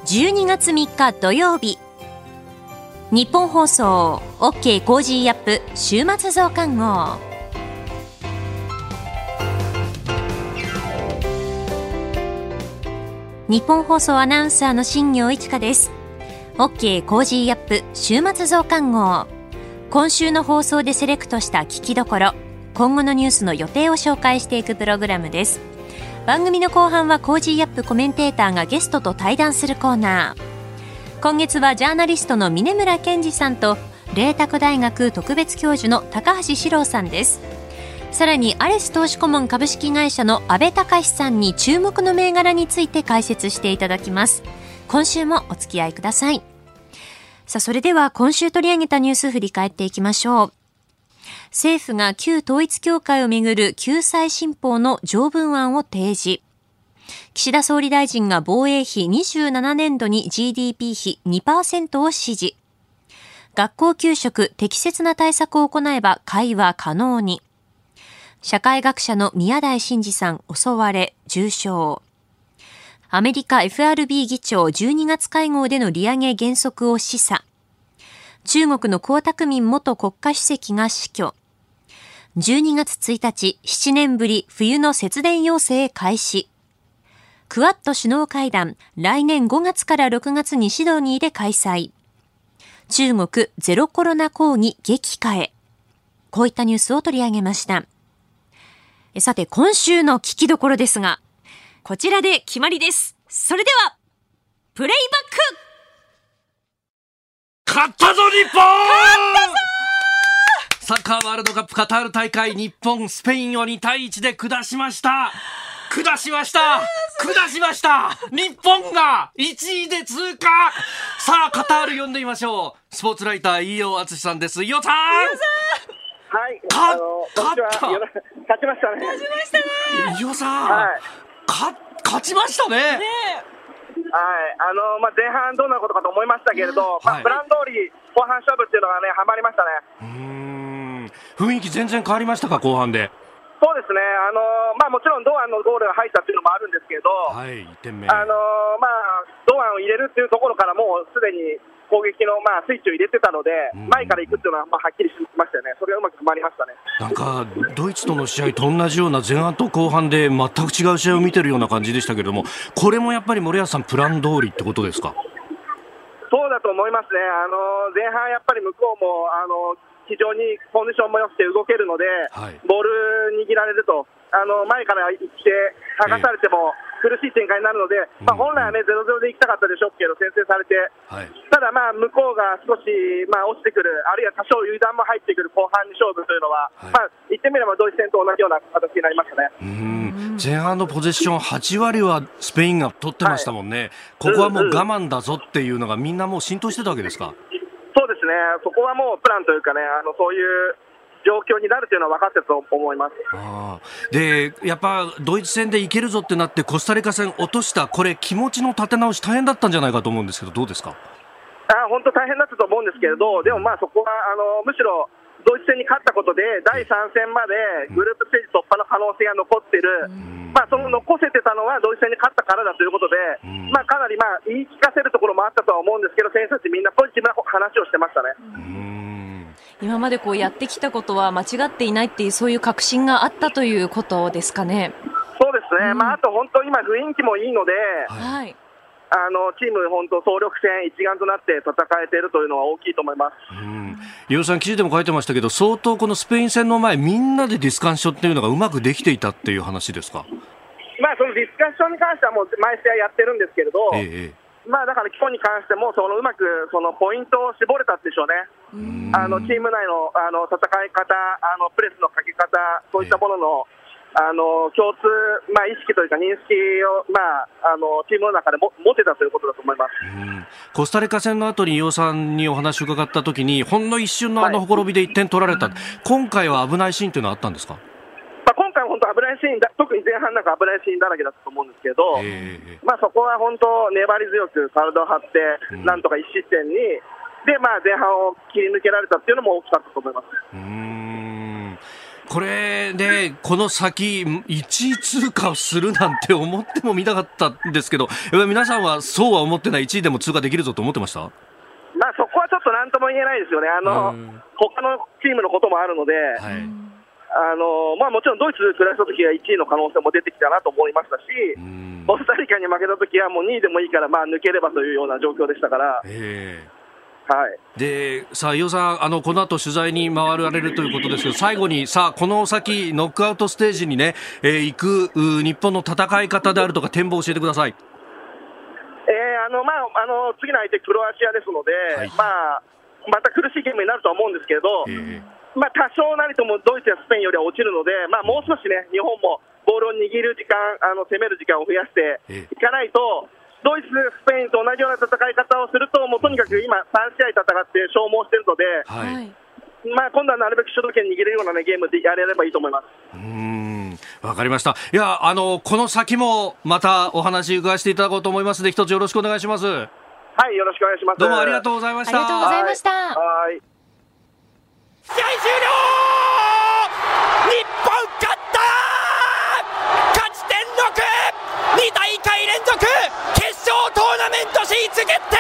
12月3日土曜日、日本放送 OK コージーアップ週末増刊号。日本放送アナウンサーの新業一華です。 OK コージーアップ週末増刊号。今週の放送でセレクトした聞きどころ、今後のニュースの予定を紹介していくプログラムです。番組の後半はコージーアップコメンテーターがゲストと対談するコーナー。今月はジャーナリストの峯村健二さんと麗澤大学特別教授の高橋史郎さんです。さらにアレス投資顧問株式会社の阿部隆さんに注目の銘柄について解説していただきます。今週もお付き合いください。さあ、それでは今週取り上げたニュース振り返っていきましょう。政府が旧統一教会をめぐる救済新法の条文案を提示。岸田総理大臣が防衛費27年度に GDP 比 2% を指示。学校給食適切な対策を行えば会話可能に。社会学者の宮台真司さん襲われ重傷。アメリカ FRB 議長12月会合での利上げ原則を示唆。中国の江沢民元国家主席が死去。12月1日、7年ぶり冬の節電要請開始。クアッド首脳会談、来年5月から6月にシドニーで開催。中国ゼロコロナ抗議激化へ。こういったニュースを取り上げました。さて、今週の聞きどころですが、こちらで決まりです。それでは、プレイバック。 勝ったぞ日本。 勝ったぞ。 サッカーワールドカップカタール大会、日本スペインを2対1で下しました。日本が1位で通過。さあカタール呼んでみましょう。スポーツライター飯尾敦さんです。飯尾さん。 はい、 勝ちましたね。飯尾さん、 はい、 勝ちましたね。 はい、前半どんなことかと思いましたけれど、プラン通り後半勝負っていうのがね、はまりましたね。 雰囲気全然変わりましたか、後半で。 そうですね、もちろん堂安のゴールが入ったっていうのもあるんですけど、 はい、1点目。 堂安を入れるっていうところからもうすでに攻撃のスイッチを入れてたので、前から行くっていうのははっきりしましたよね。それがうまく決まりましたね。 なんかドイツとの試合と同じような前半と後半で全く違う試合を見てるような感じでしたけれども、これもやっぱり森保さんプラン通りってことですか？ そうだと思いますね。前半やっぱり向こうも非常にコンディションも良くて動けるので、ボール握られると前から行って剥がされても苦しい展開になるので、本来はね 0-0 で行きたかったでしょうけど先制されて、ただ向こうが少し落ちてくる、あるいは多少油断も入ってくる後半に勝負というのは、言ってみればドイツ戦と同じような形になりましたね。 前半のポゼッション8割はスペインが取ってましたもんね。ここはもう我慢だぞっていうのがみんなもう浸透してたわけですか？ そうですね、そこはもうプランというかね、そういう状況になるというのは分かってると思います。 で、やっぱドイツ戦でいけるぞってなってコスタリカ戦落とした、これ気持ちの立て直し大変だったんじゃないかと思うんですけど、どうですか？ 本当大変だったと思うんですけれど、でもそこはむしろドイツ戦に勝ったことで第3戦までグループステージ突破の可能性が残っている、その残せてたのはドイツ戦に勝ったからだということで、かなり言い聞かせるところもあったとは思うんですけど、選手たちみんなポジティブな話をしてましたね。 今までやってきたことは間違っていないっていう、そういう確信があったということですかね。 そうですね、あと本当今雰囲気もいいので、チーム本当総力戦一丸となって戦えているというのは大きいと思います。 飯尾さん、記事でも書いてましたけど、相当このスペイン戦の前みんなでディスカッションっていうのがうまくできていたっていう話ですか？ そのディスカッションに関してはもう毎試合やってるんですけれど、だから今日に関してもうまくそのポイントを絞れたでしょうね。チーム内の戦い方、プレスのかけ方、そういったものの共通、意識というか認識を、チームの中で持てたということだと思います。 コスタリカ戦の後に飯尾さんにお話を伺ったときに、ほんの一瞬のほころびで1点取られた、今回は危ないシーンというのはあったんですか？今回は本当危ないシーン特に前半なんか危ないシーンだらけだったと思うんですけど、そこは本当粘り強く体を張ってなんとか1失点にで、前半を切り抜けられたっていうのも大きかったと思います。 これね、この先1位通過をするなんて思ってもみなかったんですけど、皆さんはそうは思ってない、1位でも通過できるぞと思ってました？ まあ、そこはちょっと何とも言えないですよね。他のチームのこともあるので、はい、まあ、もちろんドイツ下したときは1位の可能性も出てきたなと思いましたし、コスタリカに負けたときはもう2位でもいいから、まあ、抜ければというような状況でしたから。はい、でさあ、伊尾さん、この後取材に回られるということですけど、最後にさあ、この先ノックアウトステージにね、行く日本の戦い方であるとか展望を教えてください。 次の相手クロアチアですので、はい、また苦しいゲームになるとは思うんですけど、多少なりともドイツやスペインよりは落ちるので、もう少しね、日本もボールを握る時間、攻める時間を増やしていかないと、ドイツ、スペインと同じような戦い方をすると、もうとにかく今、3試合戦って消耗しているので、はい、今度はなるべく主導権握れるような、ね、ゲームでやれればいいと思います。 わかりました。いや、この先もまたお話伺わせていただこうと思いますので、一つよろしくお願いします。 はい、よろしくお願いします。 どうもありがとうございました。 ありがとうございました。 はい。 試合終了。日本勝った。勝ち点6、2大会連続決勝トーナメント進出決定。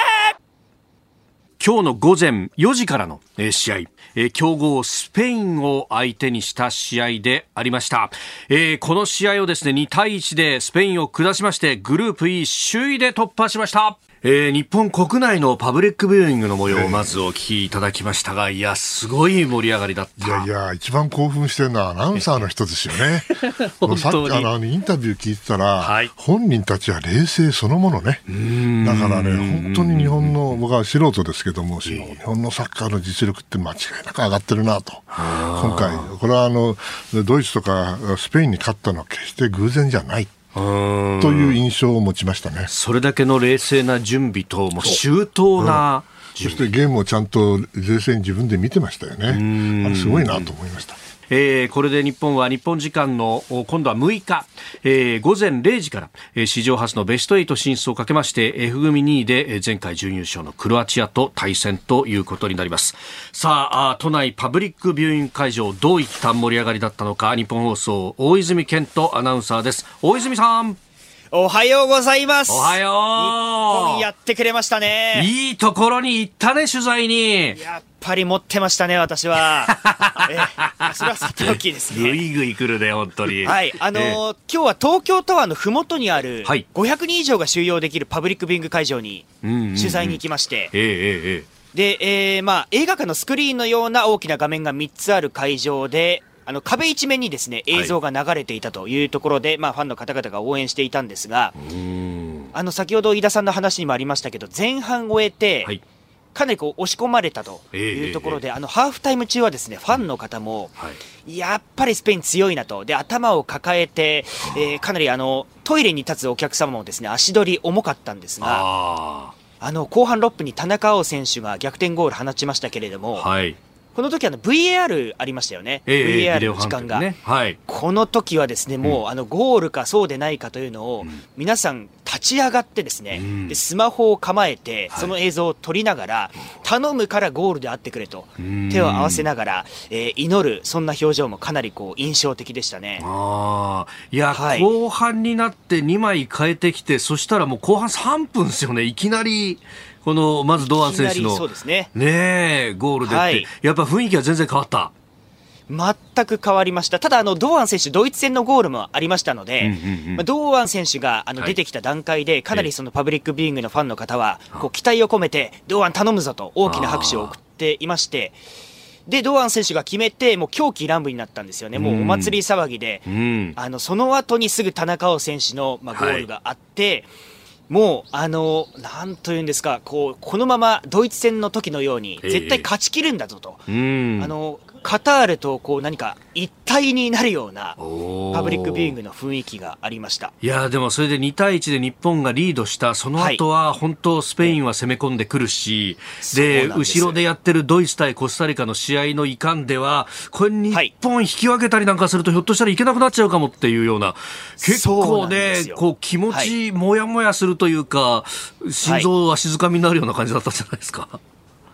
今日の午前4時からの試合、強豪スペインを相手にした試合でありました。この試合をですね、2対1でスペインを下しまして、グループ E 首位で突破しました。日本国内のパブリックビューイングの模様をまずお聞きいただきましたが、いや、すごい盛り上がりだった。 いや、一番興奮してるのはアナウンサーの人ですよね。 本当にインタビュー聞いてたら、はい、本人たちは冷静そのものね。だからね、本当に日本の、僕は素人ですけども、日本のサッカーの実力って間違いなく上がってるなと。今回、これはドイツとかスペインに勝ったのは決して偶然じゃない。という印象を持ちましたね。 それだけの冷静な準備ともう周到な、 そしてゲームをちゃんと冷静に自分で見てましたよね。あれすごいなと思いました。 これで日本は日本時間の今度は6日、午前0時から、史上初のベスト8進出をかけまして F 組2位で前回準優勝のクロアチアと対戦ということになります。さあ、都内パブリックビューイング会場、どういった盛り上がりだったのか、日本放送大泉健人アナウンサーです。大泉さん、 おはようございます。 おはよう。 日本やってくれましたね。 いいところに行ったね、取材に。 やっぱり持ってましたね、私は。それはさておきですね。 ぐいぐい来るね、本当に。 はい、今日は東京タワーのふもとにある500人以上が収容できるパブリックビューイング会場に取材に行きまして、で、映画館のスクリーンのような大きな画面が3つある会場で、壁一面にですね、映像が流れていたというところで、ファンの方々が応援していたんですが、先ほど飯田さんの話にもありましたけど、前半終えて、はい、かなり押し込まれたというところで、ハーフタイム中はですね、ファンの方も、やっぱりスペイン強いなと、で頭を抱えて、かなりトイレに立つお客様もですね、足取り重かったんですが、後半6分に田中碧選手が逆転ゴール放ちましたけれども、はい、この時VAR ありましたよね、VAR の時間が、はい、この時はですね、もうゴールかそうでないかというのを、皆さん立ち上がってですね、でスマホを構えてその映像を撮りながら、頼むからゴールであってくれと手を合わせながら、祈る、そんな表情もかなり印象的でしたね。 いや、後半になって2枚変えてきて、そしたらもう後半3分ですよね。いきなりまず堂安選手のゴールでって、やっぱ雰囲気は全然変わった。 全く変わりました。ただ堂安選手、ドイツ戦のゴールもありましたので、堂安選手が出てきた段階で、かなりそのパブリックビューイングのファンの方は期待を込めて、堂安頼むぞと大きな拍手を送っていまして、で堂安選手が決めて、もう狂喜乱舞になったんですよね。もうお祭り騒ぎで、その後にすぐ田中碧選手のゴールがあって、もうなんというんですか、このままドイツ戦の時のように絶対勝ち切るんだぞと、カタールと何か一体になるようなパブリックビューイングの雰囲気がありました。 いや、でもそれで2対1で日本がリードしたその後は、本当スペインは攻め込んでくるし、で後ろでやってるドイツ対コスタリカの試合のいかんでは、これ日本引き分けたりなんかすると、ひょっとしたらいけなくなっちゃうかもっていうような、結構ね、気持ちもやもやするというか、心臓は静かみになるような感じだったじゃないですか。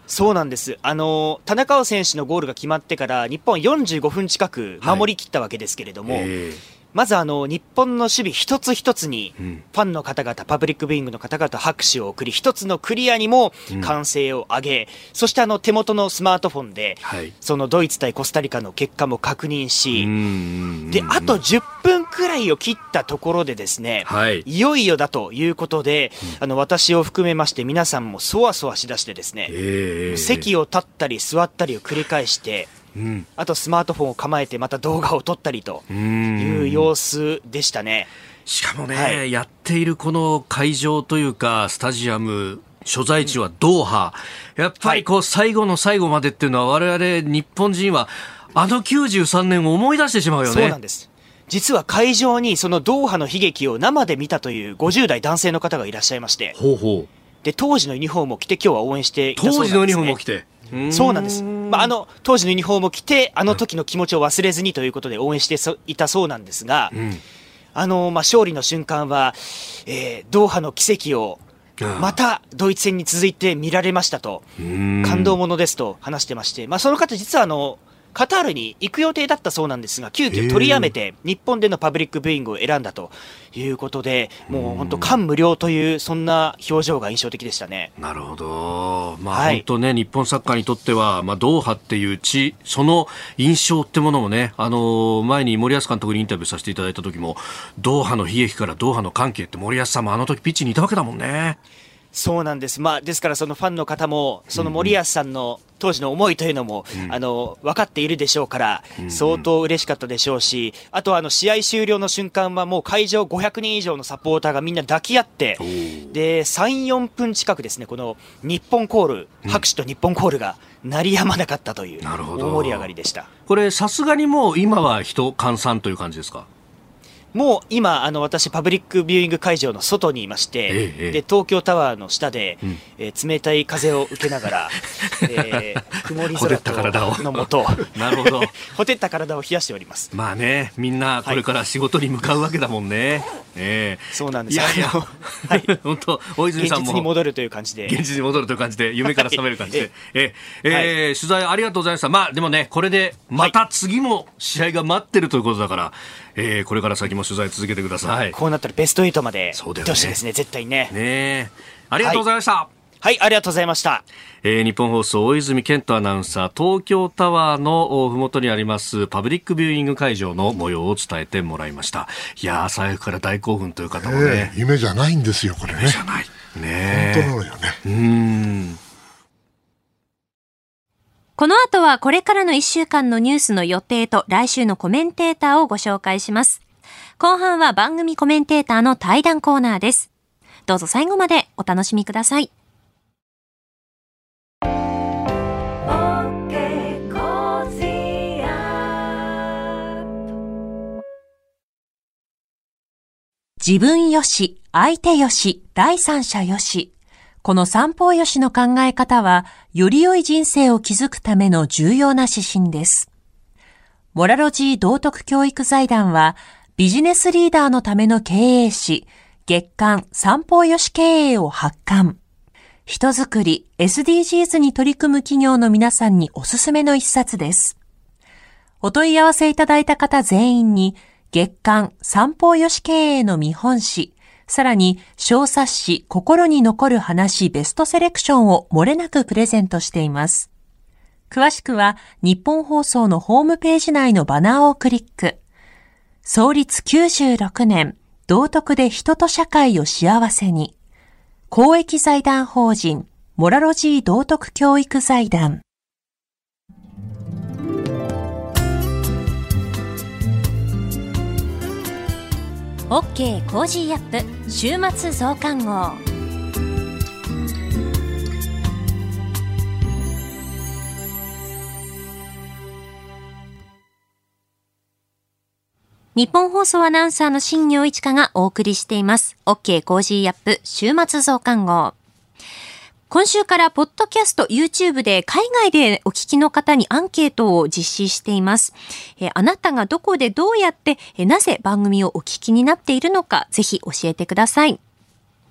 そうなんです。田中碧選手のゴールが決まってから日本45分近く守り切ったわけですけれども、まず日本の守備一つ一つにファンの方々、パブリックビューイングの方々拍手を送り、一つのクリアにも歓声を上げ、そして手元のスマートフォンで、そのドイツ対コスタリカの結果も確認し、であと10分くらいを切ったところでですね、いよいよだということで、私を含めまして皆さんもそわそわしだしてですね、席を立ったり座ったりを繰り返して、あとスマートフォンを構えてまた動画を撮ったりという様子でしたね。 しかもね、やっているこの会場というかスタジアム所在地はドーハ、やっぱり最後の最後までっていうのは我々日本人は93年を思い出してしまうよね。 そうなんです。実は会場にそのドーハの悲劇を生で見たという50代男性の方がいらっしゃいまして、で当時のユニフォームを着て今日は応援していたそうなんですね。 当時のユニフォームを着て、 そうなんです。当時のユニフォームを着て時の気持ちを忘れずにということで応援していたそうなんですが、勝利の瞬間は、ドーハの奇跡をまたドイツ戦に続いて見られましたと、感動ものですと話してまして、その方実はカタールに行く予定だったそうなんですが、急遽取りやめて日本でのパブリックビューイングを選んだということで、もう本当感無量というそんな表情が印象的でしたね。 なるほど。本当ね、日本サッカーにとっては、ドーハっていう地、その印象ってものもね、前に森保監督にインタビューさせていただいた時も、ドーハの悲劇からドーハの歓喜って森保さんも時ピッチにいたわけだもんね。 そうなんです。ですからそのファンの方もその森保さんの当時の思いというのも、分かっているでしょうから、相当嬉しかったでしょうし、あと試合終了の瞬間はもう会場500人以上のサポーターがみんな抱き合って、で 3,4 分近くですね、この日本コール、拍手と日本コールが鳴りやまなかったという大盛り上がりでした。 これさすがにもう今は人閑散という感じですか？ もう今私パブリックビューイング会場の外にいまして、で東京タワーの下で、冷たい風を受けながら、曇り空の下なるほどほてった体を冷やしております。 みんなこれから仕事に向かうわけだもんね。 そうなんです。 本当大泉さんも現実に戻るという感じで夢から覚める感じで、取材ありがとうございました。でもね、これでまた次も試合が待ってるということだから、これから先も取材続けてください。 こうなったらベスト8まで行ってほしいですね、絶対ね。 ありがとうございました。 はい、ありがとうございました。 日本放送大泉健人アナウンサー、東京タワーのふもとにありますパブリックビューイング会場の模様を伝えてもらいました。いやー、朝早くから大興奮という方もね、 夢じゃないんですよこれね。 夢じゃないね、 本当なのよね。 この後はこれからの1週間のニュースの予定と来週のコメンテーターをご紹介します。後半は番組コメンテーターの対談コーナーです。どうぞ最後までお楽しみください。自分よし、相手よし、第三者よし。この三方よしの考え方は、より良い人生を築くための重要な指針です。モラロジー道徳教育財団は、ビジネスリーダーのための経営誌、月刊三方よし経営を発刊。人づくり、SDGs に取り組む企業の皆さんにおすすめの一冊です。お問い合わせいただいた方全員に、月刊三方よし経営の見本誌、さらに小冊子心に残る話ベストセレクションを漏れなくプレゼントしています。詳しくは日本放送のホームページ内のバナーをクリック。創立96年、道徳で人と社会を幸せに。公益財団法人モラロジー道徳教育財団。OK コージーアップ週末増刊号。日本放送アナウンサーの新業一華がお送りしています。OK コージーアップ週末増刊号。今週からポッドキャスト YouTube で海外でお聞きの方にアンケートを実施しています。あなたがどこでどうやってなぜ番組をお聞きになっているのかぜひ教えてください。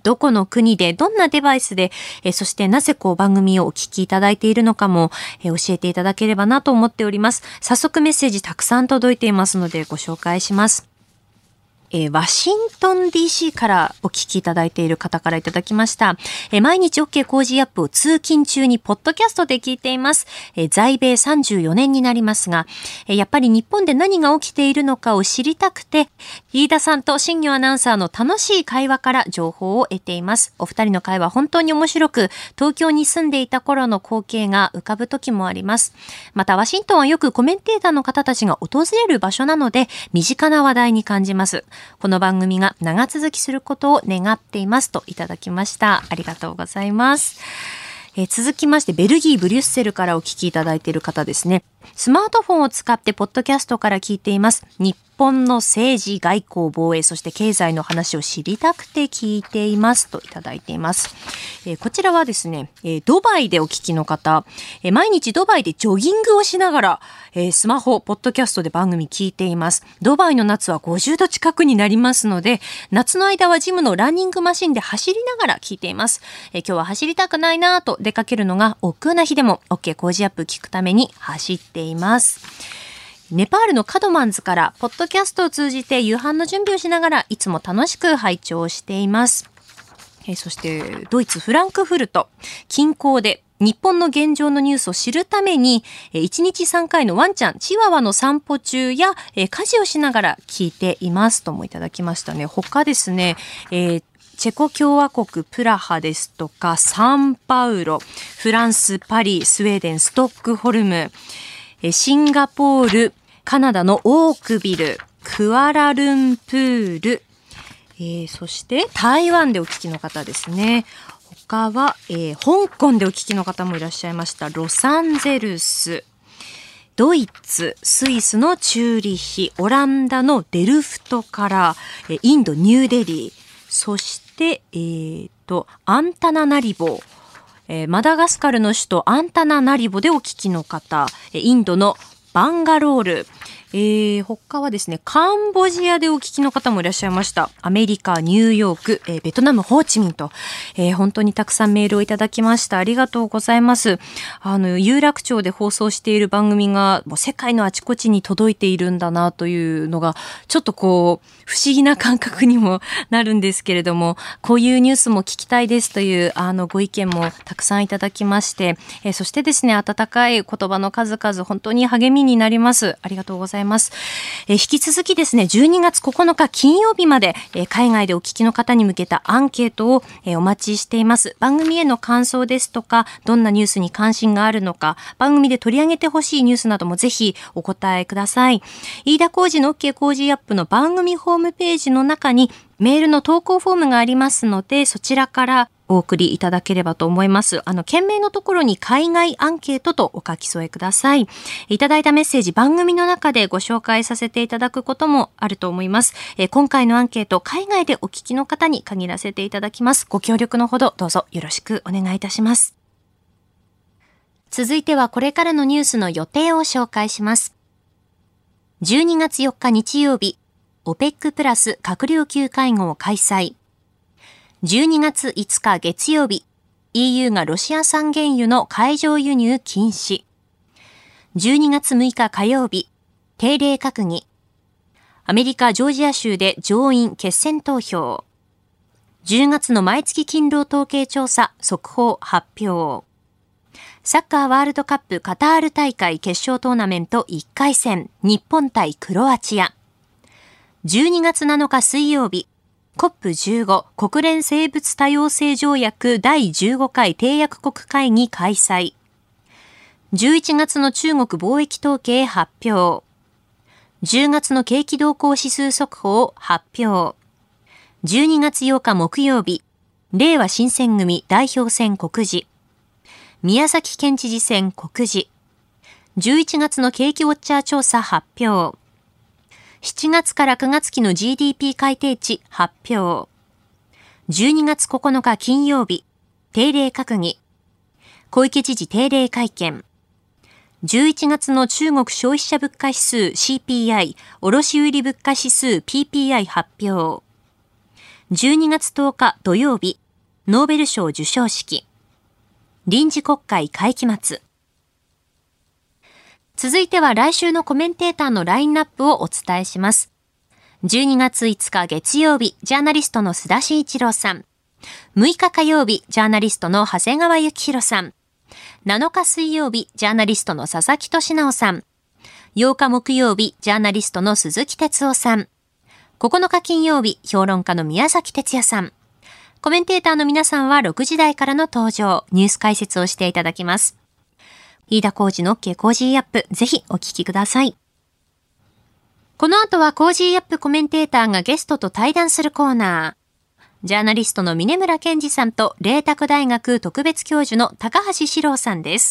どこの国でどんなデバイスで、そしてなぜ番組をお聞きいただいているのかも、教えていただければなと思っております。早速メッセージたくさん届いていますのでご紹介します。ワシントン DC からお聞きいただいている方からいただきました。毎日 OK 工事アップを通勤中にポッドキャストで聞いています。在米34年になりますが、やっぱり日本で何が起きているのかを知りたくて、飯田さんと新業アナウンサーの楽しい会話から情報を得ています。お二人の会話本当に面白く、東京に住んでいた頃の光景が浮かぶ時もあります。またワシントンはよくコメンテーターの方たちが訪れる場所なので、身近な話題に感じます。この番組が長続きすることを願っていますといただきました。ありがとうございます。続きましてベルギーブリュッセルからお聞きいただいている方ですね。スマートフォンを使ってポッドキャストから聞いています。日本の政治、外交、防衛、そして経済の話を知りたくて聞いていますといただいています。こちらはですね、ドバイでお聞きの方、毎日ドバイでジョギングをしながら、スマホ、ポッドキャストで番組聞いています。ドバイの夏は50度近くになりますので、夏の間はジムのランニングマシンで走りながら聞いています。今日は走りたくないなぁと出かけるのが億劫な日でも OK 工事アップ聞くために走っています。ネパールのカドマンズからポッドキャストを通じて夕飯の準備をしながらいつも楽しく拝聴しています。そしてドイツフランクフルト近郊で日本の現状のニュースを知るために1日3回のワンちゃんチワワの散歩中や家事をしながら聞いていますともいただきましたね。他ですね、チェコ共和国プラハですとかサンパウロ、フランスパリ、スウェーデンストックホルム、シンガポール、カナダのオークビル、クアラルンプール、そして台湾でお聞きの方ですね。他は、香港でお聞きの方もいらっしゃいました。ロサンゼルス、ドイツ、スイスのチューリヒ、オランダのデルフトから、インドニューデリー、そしてアンタナナリボ、マダガスカルの首都アンタナナリボでお聞きの方、インドのバンガロール、他はですね、カンボジアでお聞きの方もいらっしゃいました。アメリカ、ニューヨーク、ベトナム、ホーチミンと、本当にたくさんメールをいただきました。ありがとうございます。有楽町で放送している番組がもう世界のあちこちに届いているんだなというのが、ちょっと不思議な感覚にもなるんですけれども、こういうニュースも聞きたいですというご意見もたくさんいただきまして、そしてですね、温かい言葉の数々、本当に励みになります。ありがとうございます。引き続きですね、12月9日金曜日まで、海外でお聞きの方に向けたアンケートを、お待ちしています。番組への感想ですとか、どんなニュースに関心があるのか、番組で取り上げてほしいニュースなどもぜひお答えください。飯田浩司の OK 工事アップの番組ホームページの中にメールの投稿フォームがありますので、そちらからお送りいただければと思います。件名のところに海外アンケートとお書き添えください。いただいたメッセージ番組の中でご紹介させていただくこともあると思います。今回のアンケート、海外でお聞きの方に限らせていただきます。ご協力のほどどうぞよろしくお願いいたします。続いてはこれからのニュースの予定を紹介します。12月4日日曜日、OPEC プラス閣僚級会合開催。12月5日月曜日、EU がロシア産原油の海上輸入禁止。12月6日火曜日、定例閣議。アメリカ・ジョージア州で上院決選投票。10月の毎月勤労統計調査速報発表。サッカーワールドカップカタール大会決勝トーナメント1回戦、日本対クロアチア。12月7日水曜日、COP15 国連生物多様性条約第15回締約国会議開催。11月の中国貿易統計発表。10月の景気動向指数速報発表。12月8日木曜日、令和新選組代表選告示。宮崎県知事選告示。11月の景気ウォッチャー調査発表。7月から9月期の GDP 改定値発表。12月9日金曜日、定例閣議。小池知事定例会見。11月の中国消費者物価指数 CPI、卸売物価指数 PPI 発表。 12月10日土曜日、ノーベル賞授賞式。臨時国会会期末。続いては来週のコメンテーターのラインナップをお伝えします。12月5日月曜日、ジャーナリストの須田慎一郎さん。6日火曜日、ジャーナリストの長谷川幸宏さん。7日水曜日、ジャーナリストの佐々木俊直さん。8日木曜日、ジャーナリストの鈴木哲夫さん。9日金曜日、評論家の宮崎哲也さん。コメンテーターの皆さんは6時台からの登場、ニュース解説をしていただきます。飯田浩司の OK コージーアップ、ぜひお聞きください。この後はコージーアップコメンテーターがゲストと対談するコーナー。ジャーナリストの峯村健二さんと麗澤大学特別教授の高橋史郎さんです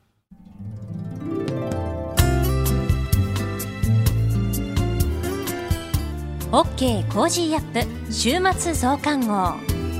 。OK コージーアップ週末増刊号。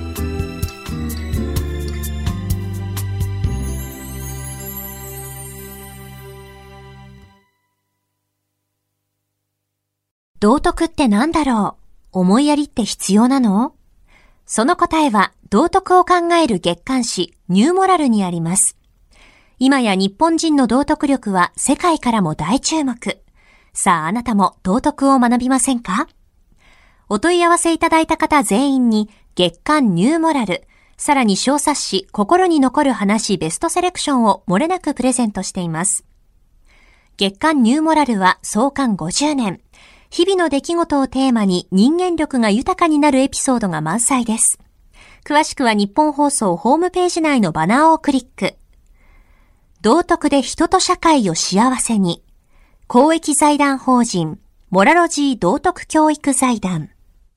道徳って何だろう？思いやりって必要なの？その答えは道徳を考える月刊誌ニューモラルにあります。今や日本人の道徳力は世界からも大注目。さああなたも道徳を学びませんか？お問い合わせいただいた方全員に月刊ニューモラル、さらに小冊子心に残る話ベストセレクションを漏れなくプレゼントしています。月刊ニューモラルは創刊50年。日々の出来事をテーマに人間力が豊かになるエピソードが満載です。詳しくは日本放送ホームページ内のバナーをクリック。道徳で人と社会を幸せに。公益財団法人モラロジー道徳教育財団。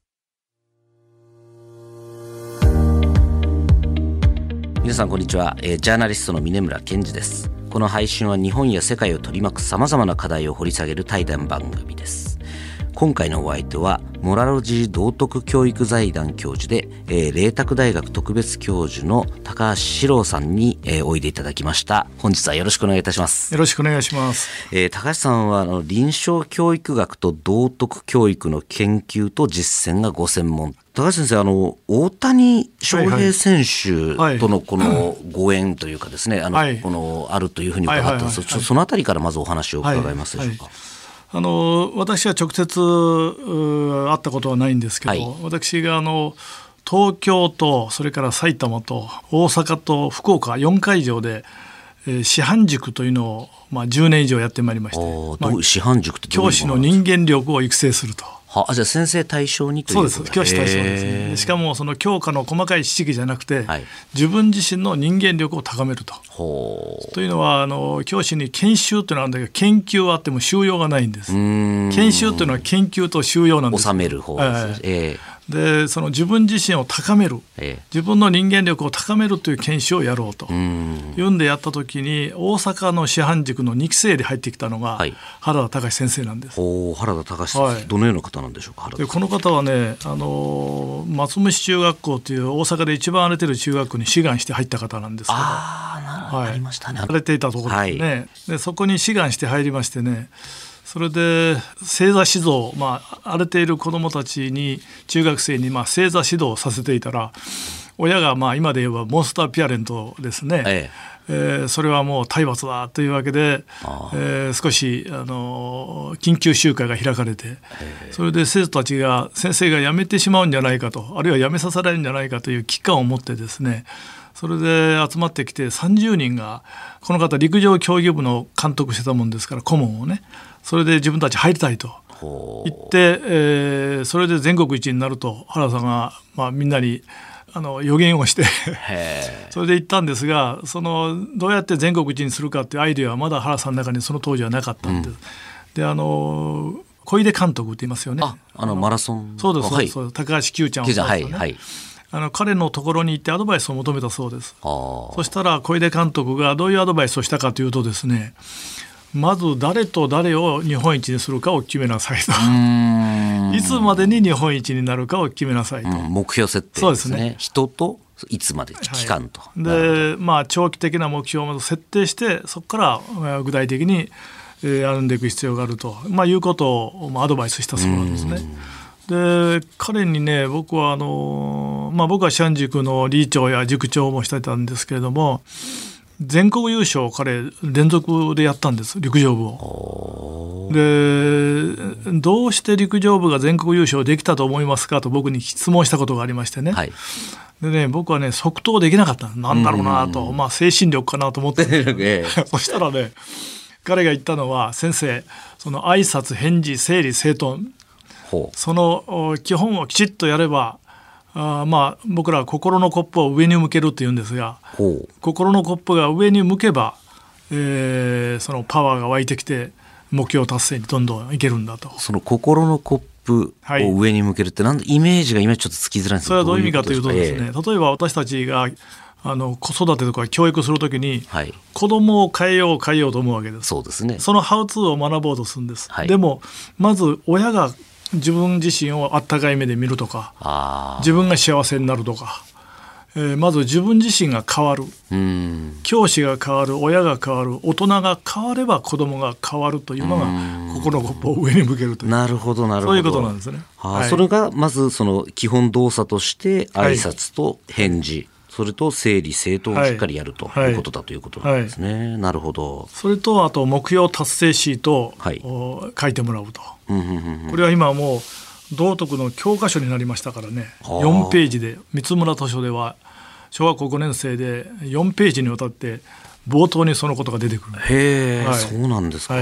皆さんこんにちは、ジャーナリストの峯村健二です。この配信は日本や世界を取り巻く様々な課題を掘り下げる対談番組です。今回のお相手はモラロジー道徳教育財団教授で、麗澤大学特別教授の高橋史郎さんに、おいでいただきました。本日はよろしくお願いいたします。 よろしくお願いします。 高橋さんは臨床教育学と道徳教育の研究と実践がご専門。高橋先生、大谷翔平選手とのこのご縁というかですね、このあるというふうに伺ったんですが、そのあたりからまずお話を伺いますでしょうか。 私は直接会ったことはないんですけど、私が東京とそれから埼玉と大阪と福岡4会場で師範塾というのを10年以上やってまいりまして、 師範塾ってどういうものなんですか？教師の人間力を育成すると。 じゃあ先生対象にということそうです。教師対象ですね。しかもその教科の細かい知識じゃなくて、自分自身の人間力を高めると。というのは教師に研修というのはあるんだけど、研究はあっても修養がないんです。研修というのは研究と修養なんです。 収める方です。 でその自分自身を高める、自分の人間力を高めるという研修をやろうというんでやった時に、大阪の師範塾の2期生で入ってきたのが原田隆先生なんです。 原田隆先生、どのような方なんでしょうか？ でこの方はね、松虫中学校という大阪で一番荒れてる中学校に志願して入った方なんですけど、 ありましたね。 荒れていたところですね。でそこに志願して入りましてね、それで正座指導、荒れている子どもたちに、中学生に正座指導をさせていたら、親が今で言えばモンスターピアレントですね、それはもう体罰だというわけで、少し緊急集会が開かれて、それで生徒たちが先生が辞めてしまうんじゃないかと、あるいは辞めさせられるんじゃないかという危機感を持ってですね、それで集まってきて30人が、この方陸上競技部の監督してたもんですから顧問をね、それで自分たち入りたいと言って、それで全国一になると原田さんが、みんなに予言をしてそれで行ったんですが、どうやって全国一にするかっていうアイデアはまだ原田さんの中にその当時はなかったんです。で小出監督って言いますよね。 マラソン。 そうです、そうです。高橋九ちゃんをそうですよね。彼のところに行ってアドバイスを求めたそうです。そしたら小出監督がどういうアドバイスをしたかというとですね、まず誰と誰を日本一にするかを決めなさいと。いつまでに日本一になるかを決めなさいと。 目標設定ですね。そうですね。人といつまで期間と。 で長期的な目標をまず設定して、そこから具体的に歩んでいく必要があると、いうことをアドバイスしたそうなんですね。 で彼にね、僕は僕はシャン塾の理事長や塾長もしてたんですけれども、全国優勝を彼連続でやったんです、陸上部を。でどうして陸上部が全国優勝できたと思いますかと僕に質問したことがありましてね、はい、でね、僕はね即答できなかった。なんだろうなと、精神力かなと思ってそしたらね、彼が言ったのは、先生、その挨拶返事整理整頓、その基本をきちっとやれば、僕らは心のコップを上に向けるっていうんですが、心のコップが上に向けば、そのパワーが湧いてきて目標達成にどんどんいけるんだと。 その心のコップを上に向けるって、イメージが今ちょっとつきづらいんですけど、 それはどういう意味かというとですね、例えば私たちが子育てとか教育するときに、子供を変えようと思うわけです。 そうですね。 そのハウツーを学ぼうとするんです、でもまず親が自分自身をあったかい目で見るとか、自分が幸せになるとか、まず自分自身が変わる、教師が変わる、親が変わる、大人が変われば子供が変わるというのが心のコップを上に向けるという、 なるほどなるほど、 そういうことなんですね。 それがまずその基本動作として挨拶と返事、それと整理整頓をしっかりやるということだということなんですね。なるほど。 それとあと目標達成シートを書いてもらうと、これは今もう道徳の教科書になりましたからね。4ページで、三村図書では小学校5年生で4ページにわたって冒頭にそのことが出てくる。 へー、そうなんですか。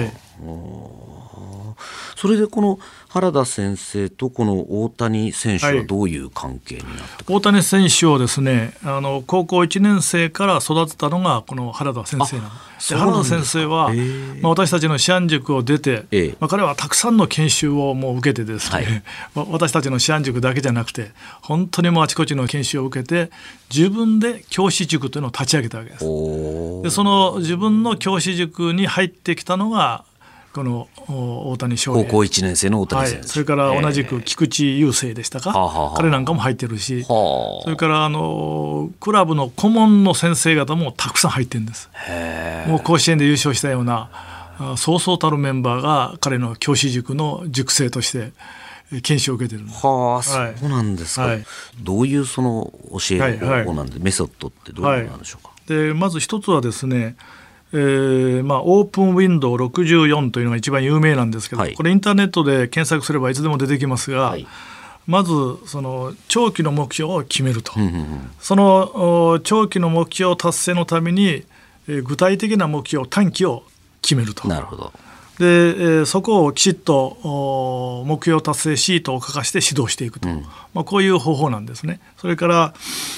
それでこの原田先生とこの大谷選手はどういう関係になってくる、 大谷選手をですね、高校1年生から育てたのがこの原田先生なんです。原田先生は、私たちの師範塾を出て、彼はたくさんの研修をもう受けてですね、私たちの師範塾だけじゃなくて本当にもうあちこちの研修を受けて自分で教師塾というのを立ち上げたわけです。でその自分の教師塾に入ってきたのがこの大谷翔平、 高校1年生の大谷選手、 それから同じく菊池雄星でしたか、彼なんかも入ってるし、それからクラブの顧問の先生方もたくさん入ってるんです。もう甲子園で優勝したようなそうそうたるメンバーが彼の教師塾の塾生として研修を受けてるんです。 そうなんですか。どういうその教える方法なんで、メソッドってどういうのなんでしょうか。 でまず一つはですね、オープンウィンドウ64というのが一番有名なんですけど、これインターネットで検索すればいつでも出てきますが、まずその長期の目標を決めると、その長期の目標達成のために具体的な目標短期を決めると。 なるほど。 でそこをきちっと目標達成シートを書かせて指導していくと、こういう方法なんですね。それから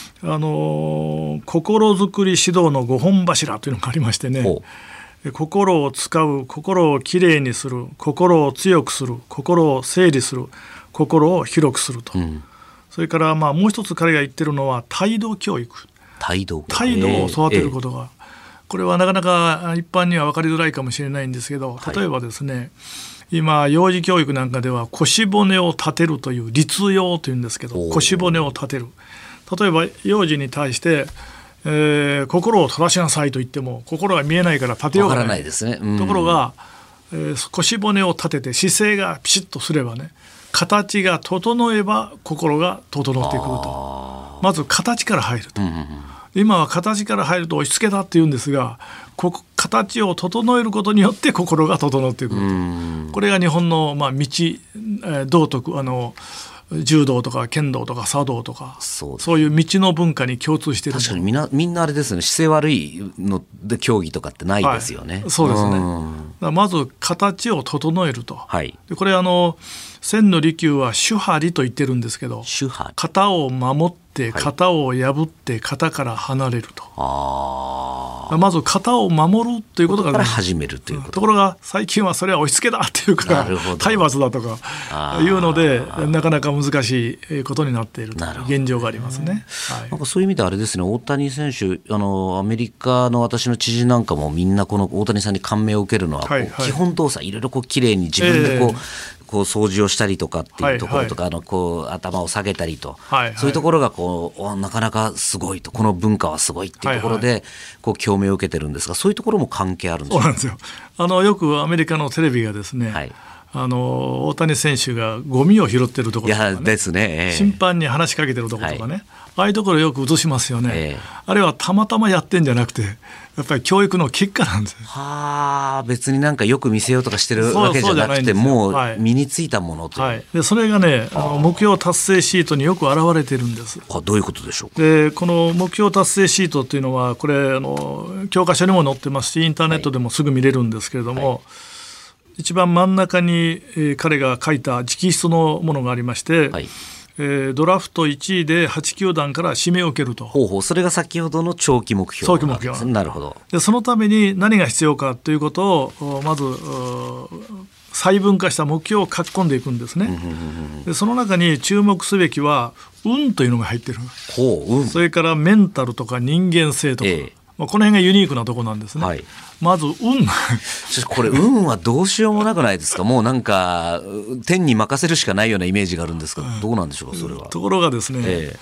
心づくり指導の5本柱というのがありましてね、心を使う、心をきれいにする、心を強くする、心を整理する、心を広くすると、それからもう一つ彼が言ってるのは態度教育、態度を育てることが、これはなかなか一般には分かりづらいかもしれないんですけど、例えばですね、今幼児教育なんかでは腰骨を立てるという立養というんですけど、腰骨を立てる、例えば幼児に対して、心を正しなさいと言っても心が見えないから立てようがない。 わからないですね。 ところが、腰骨を立てて姿勢がピシッとすればね、形が整えば心が整ってくると。まず形から入ると、今は形から入ると押し付けだって言うんですが、形を整えることによって心が整ってくると。これが日本の道徳、柔道とか剣道とか茶道とか、そういう道の文化に共通している。 確かにみんなあれですね、姿勢悪いので競技とかってないですよね。 そうですね。だからまず形を整えると、でこれ千利休は手張りと言ってるんですけど、型を守って型を破って型から離れると、まず型を守るということが始めるということ。 ところが最近はそれは押し付けだっていうか体罰だとかいうので、なかなか難しいことになっているという現状がありますね。 なんかそういう意味であれですね、大谷選手、アメリカの私の知人なんかもみんなこの大谷さんに感銘を受けるのは、基本動作いろいろきれいに自分でこう掃除をしたりとかっていうところとか、こう頭を下げたりと、そういうところがなかなかすごいと、この文化はすごいっていうところで共鳴を受けてるんですが、そういうところも関係あるんですか。 そうなんですよ。よくアメリカのテレビがですね、 大谷選手がゴミを拾ってるところとかね、 ですね、 審判に話しかけてるところとかね、ああいうところよく映しますよね、あれはたまたまやってんじゃなくて、やっぱり教育の結果なんです。 別になんかよく見せようとかしてるわけじゃなくて、もう身についたものという、 でそれがね、目標達成シートによく現れてるんです。 どういうことでしょうか。 でこの目標達成シートっていうのは、これ教科書にも載ってますし、インターネットでもすぐ見れるんですけれども、一番真ん中に、彼が書いた直筆のものがありまして、ドラフト1位で8球団から指名を受けると。 それが先ほどの長期目標。 長期目標。 なるほど。 でそのために何が必要かということをまず細分化した目標を書き込んでいくんですね。でその中に注目すべきは運というのが入ってる。それからメンタルとか人間性とか、この辺がユニークなところなんですね。まず運これ運はどうしようもなくないですか。もうなんか天に任せるしかないようなイメージがあるんですが、どうなんでしょうかそれは。 ところがですね、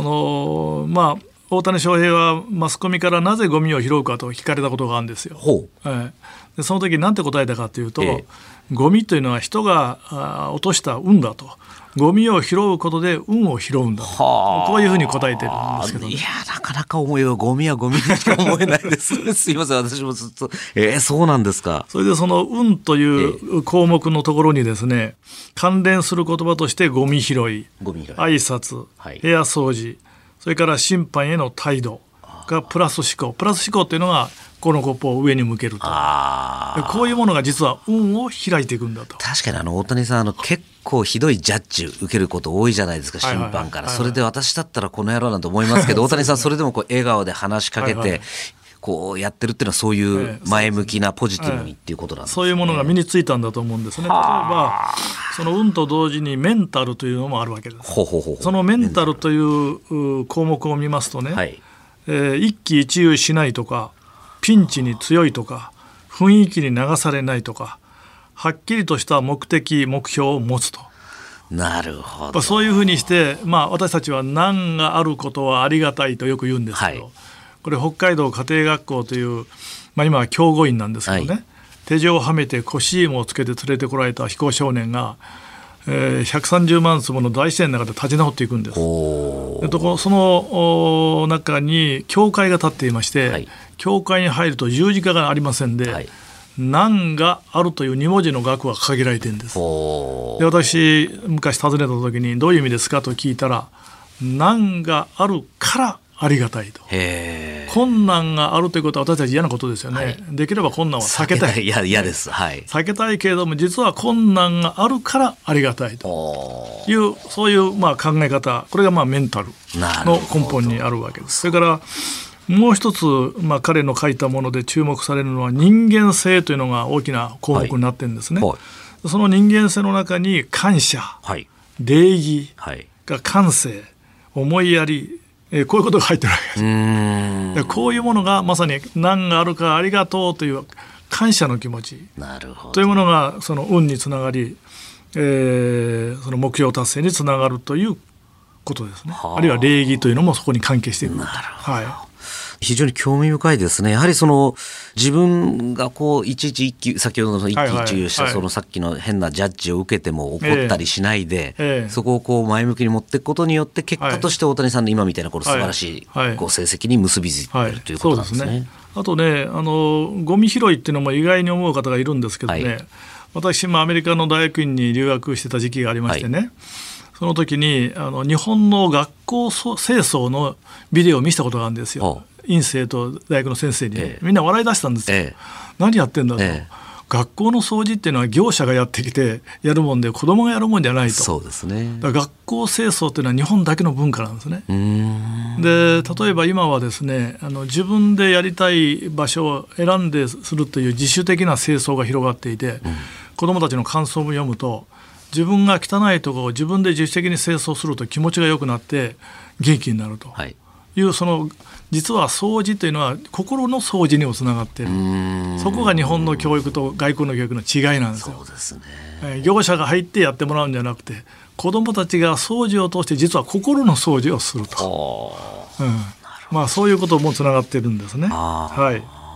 大谷翔平はマスコミからなぜゴミを拾うかと聞かれたことがあるんですよ。でその時何て答えたかというと、ゴミというのは人が落とした運だと。ゴミを拾うことで運を拾うんだと、こういうふうに答えてるんですけど、ね、 なかなか思いはゴミはゴミにしか思えないですすいません、私もずっとそうなんですか。 それでその運という項目のところにですね、関連する言葉としてゴミ拾い、挨拶、部屋掃除、それから審判への態度がプラス思考。プラス思考というのがこのコップを上に向けると。こういうものが実は運を開いていくんだと。 確かに大谷さん結構ひどいジャッジ受けること多いじゃないですか、審判から。それで私だったらこの野郎なんて思いますけど大谷さんそれでも笑顔で話しかけてこうやってるっていうのは、そういう前向きなポジティブにっていうことなんですね。 そういうものが身についたんだと思うんですね。例えばその運と同時にメンタルというのもあるわけです。そのメンタルという項目を見ますとね、一喜一憂しないとか、ピンチに強いとか、雰囲気に流されないとか、はっきりとした目的目標を持つと。 なるほど。 そういうふうにして、私たちは難があることはありがたいとよく言うんですけど、これ北海道家庭学校という、今は教護員なんですけどね、手錠をはめて腰紐をつけて連れてこられた非行少年が、130万坪の大自然の中で立ち直っていくんです。その中に教会が建っていまして、教会に入ると十字架がありませんで、難があるという2文字の額は掲げられているんです。で私昔訪ねた時にどういう意味ですかと聞いたら、難があるからありがたいと。困難があるということは私たち嫌なことですよね。できれば困難は避けたい。 嫌です。 避けたいけれども、実は困難があるからありがたいという、そういう考え方、これがメンタルの根本にあるわけです。それからもう一つ、彼の書いたもので注目されるのは人間性というのが大きな項目になっているんですね。その人間性の中に感謝、礼儀、感性、思いやり、こういうことが入ってるわけです。こういうものがまさに難があるからありがとうという感謝の気持ちというものがその運につながり、その目標達成につながるということですね。あるいは礼儀というのもそこに関係している。 非常に興味深いですね。やはりその自分がいちいち先ほどの一喜一憂したそのさっきの変なジャッジを受けても怒ったりしないで、そこを前向きに持っていくことによって結果として大谷さんの今みたいな素晴らしい成績に結びついているということなんですね。 あとね、ゴミ拾いっていうのも意外に思う方がいるんですけどね、私もアメリカの大学院に留学してた時期がありましてね、その時に日本の学校清掃のビデオを見せたことがあるんですよ。院生と大学の先生に、みんな笑い出したんですよ。何やってんだと。学校の掃除っていうのは業者がやってきてやるもんで、子供がやるもんじゃないと。 そうですね。 だから学校清掃っていうのは日本だけの文化なんですね。で例えば今はですね、自分でやりたい場所を選んでするという自主的な清掃が広がっていて、子供たちの感想も読むと、自分が汚いところを自分で自主的に清掃すると気持ちが良くなって元気になるという、その実は掃除というのは心の掃除にもつながっている。そこが日本の教育と外国の教育の違いなんですよ。 そうですね。 業者が入ってやってもらうんじゃなくて、子どもたちが掃除を通して実は心の掃除をすると、そういうこともつながっているんですね。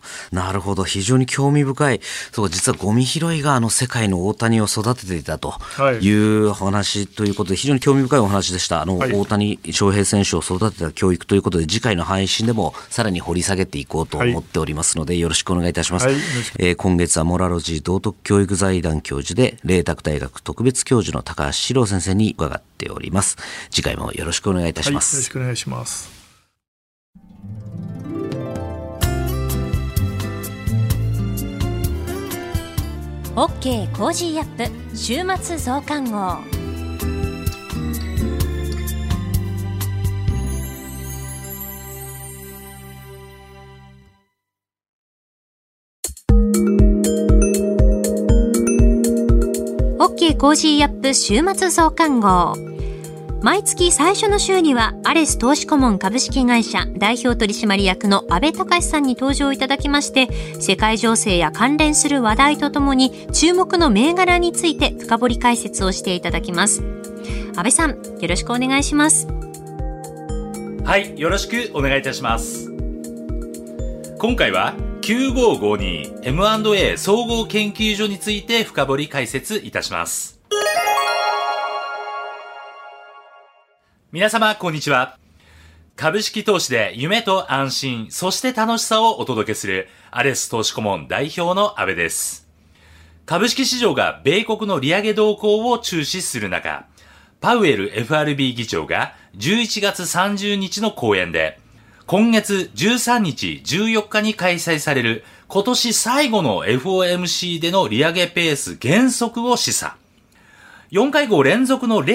なるほど。非常に興味深い。そう、実はゴミ拾いが世界の大谷を育てていたという話ということで、非常に興味深いお話でした。大谷翔平選手を育てた教育ということで、次回の配信でもさらに掘り下げていこうと思っておりますので、よろしくお願いいたします。今月はモラロジー道徳教育財団教授で、麗澤大学特別教授の高橋史郎先生に伺っております。次回もよろしくお願いいたします。 よろしくお願いします。 OK コージーアップ週末増刊号。OK コージーアップ週末増刊号。毎月最初の週にはアレス投資顧問株式会社代表取締役の阿部隆さんに登場いただきまして、世界情勢や関連する話題とともに注目の銘柄について深掘り解説をしていただきます。阿部さん、よろしくお願いします。 はい、よろしくお願いいたします。今回は 9552 M&A 総合研究所について深掘り解説いたします。皆様こんにちは。株式投資で夢と安心、そして楽しさをお届けするアレス投資顧問代表の阿部です。株式市場が米国の利上げ動向を注視する中、パウエル FRB 議長が11月30日の講演で、今月13日14日に開催される今年最後の FOMC での利上げペース減速を示唆。4会合連続の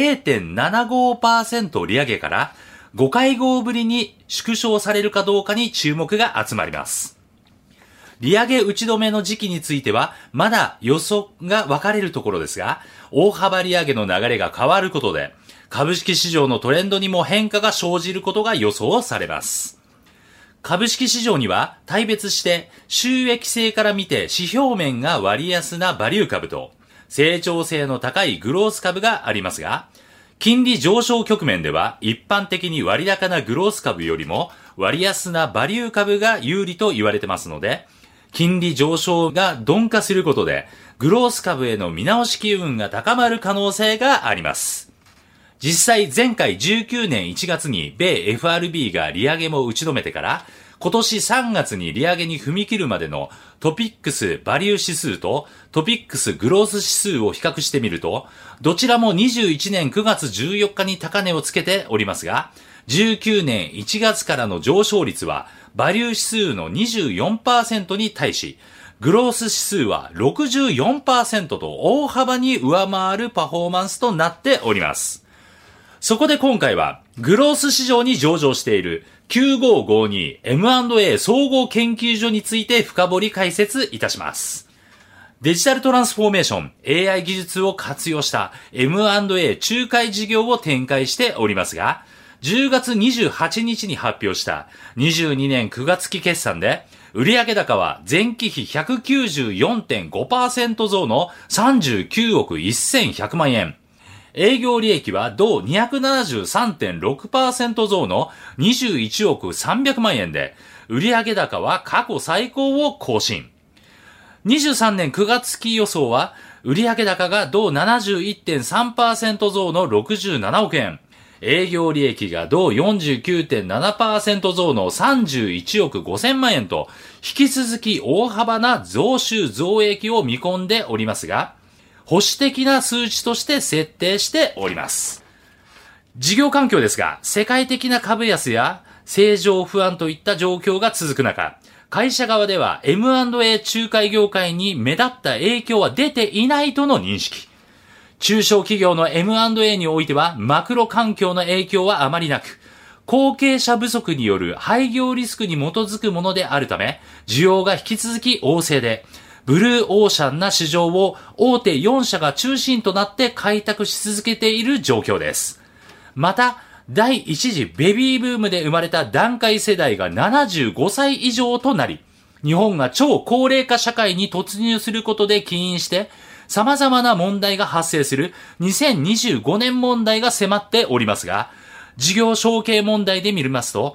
0.75% 利上げから5会合ぶりに縮小されるかどうかに注目が集まります。利上げ打ち止めの時期についてはまだ予想が分かれるところですが、大幅利上げの流れが変わることで株式市場のトレンドにも変化が生じることが予想されます。株式市場には大別して収益性から見て指標面が割安なバリュー株と成長性の高いグロース株がありますが、金利上昇局面では一般的に割高なグロース株よりも割安なバリュー株が有利と言われてますので、金利上昇が鈍化することでグロース株への見直し機運が高まる可能性があります。実際前回19年1月に米 FRB が利上げも打ち止めてから今年3月に利上げに踏み切るまでのトピックスバリュー指数とトピックスグロース指数を比較してみると、どちらも21年9月14日に高値をつけておりますが、19年1月からの上昇率はバリュー指数の 24% に対し、グロース指数は 64% と大幅に上回るパフォーマンスとなっております。そこで今回はグロース市場に上場している9552 M&A 総合研究所について深掘り解説いたします。デジタルトランスフォーメーション AI 技術を活用した M&A 仲介事業を展開しておりますが、10月28日に発表した22年9月期決算で売上高は前期比 194.5% 増の39億1100万円。営業利益は同 273.6% 増の21億300万円で、売上高は過去最高を更新。23年9月期予想は、売上高が同 71.3% 増の67億円。営業利益が同 49.7% 増の31億5000万円と、引き続き大幅な増収増益を見込んでおりますが、保守的な数値として設定しております。事業環境ですが、世界的な株安や政情不安といった状況が続く中、会社側では M&A 仲介業界に目立った影響は出ていないとの認識。中小企業の M&A においてはマクロ環境の影響はあまりなく、後継者不足による廃業リスクに基づくものであるため、需要が引き続き旺盛で、ブルーオーシャンな市場を大手4社が中心となって開拓し続けている状況です。また、第一次ベビーブームで生まれた団塊世代が75歳以上となり、日本が超高齢化社会に突入することで起因して、様々な問題が発生する2025年問題が迫っておりますが、事業承継問題で見ますと、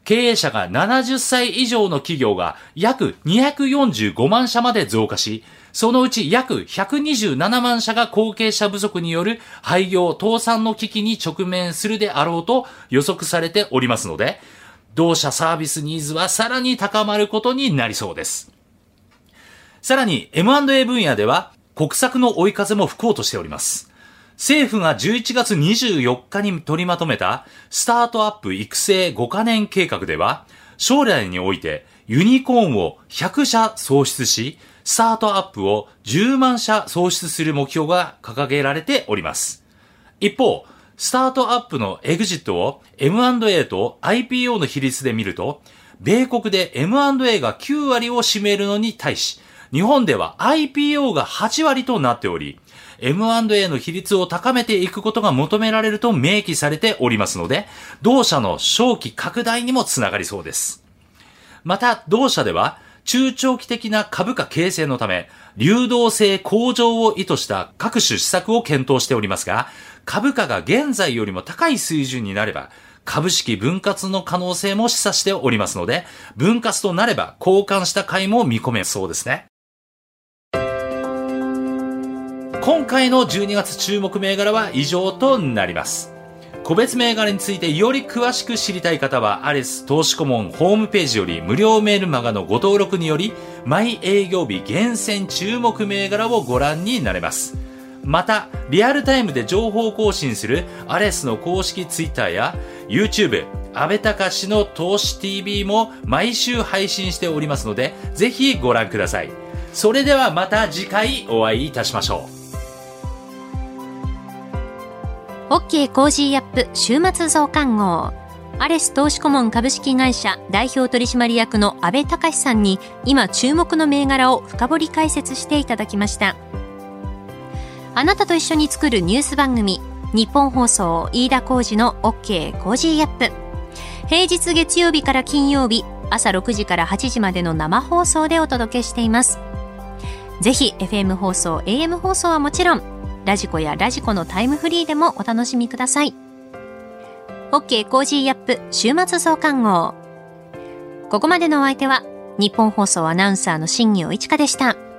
経営者が70歳以上の企業が約245万社まで増加し、そのうち約127万社が後継者不足による廃業倒産の危機に直面するであろうと予測されておりますので、同社サービスニーズはさらに高まることになりそうです。さらに M&A 分野では国策の追い風も吹こうとしております。政府が11月24日に取りまとめたスタートアップ育成5カ年計画では、将来においてユニコーンを100社創出し、スタートアップを10万社創出する目標が掲げられております。一方、スタートアップのエグジットを M&A と IPO の比率で見ると、米国で M&A が9割を占めるのに対し、日本では IPO が8割となっており、M&A の比率を高めていくことが求められると明記されておりますので、同社の商機拡大にもつながりそうです。また、同社では、中長期的な株価形成のため、流動性向上を意図した各種施策を検討しておりますが、株価が現在よりも高い水準になれば、株式分割の可能性も示唆しておりますので、分割となれば交換した買いも見込めそうですね。今回の12月注目銘柄は以上となります。個別銘柄についてより詳しく知りたい方は、アレス投資顧問ホームページより無料メールマガのご登録により、毎営業日厳選注目銘柄をご覧になれます。また、リアルタイムで情報更新するアレスの公式ツイッターや YouTube、安倍隆の投資 TV も毎週配信しておりますので、ぜひご覧ください。それではまた次回お会いいたしましょう。 OK コージーアップ週末増刊号。アレス投資顧問株式会社代表取締役の安倍隆さんに今注目の銘柄を深掘り解説していただきました。あなたと一緒に作るニュース番組、日本放送飯田浩司の OK コージーアップ。平日月曜日から金曜日朝6時から8時までの生放送でお届けしています。ぜひ FM 放送 AM 放送はもちろんラジコやラジコのタイムフリーでもお楽しみください。 OK コージーアップ週末増刊号。ここまでのお相手は日本放送アナウンサーの新業一華でした。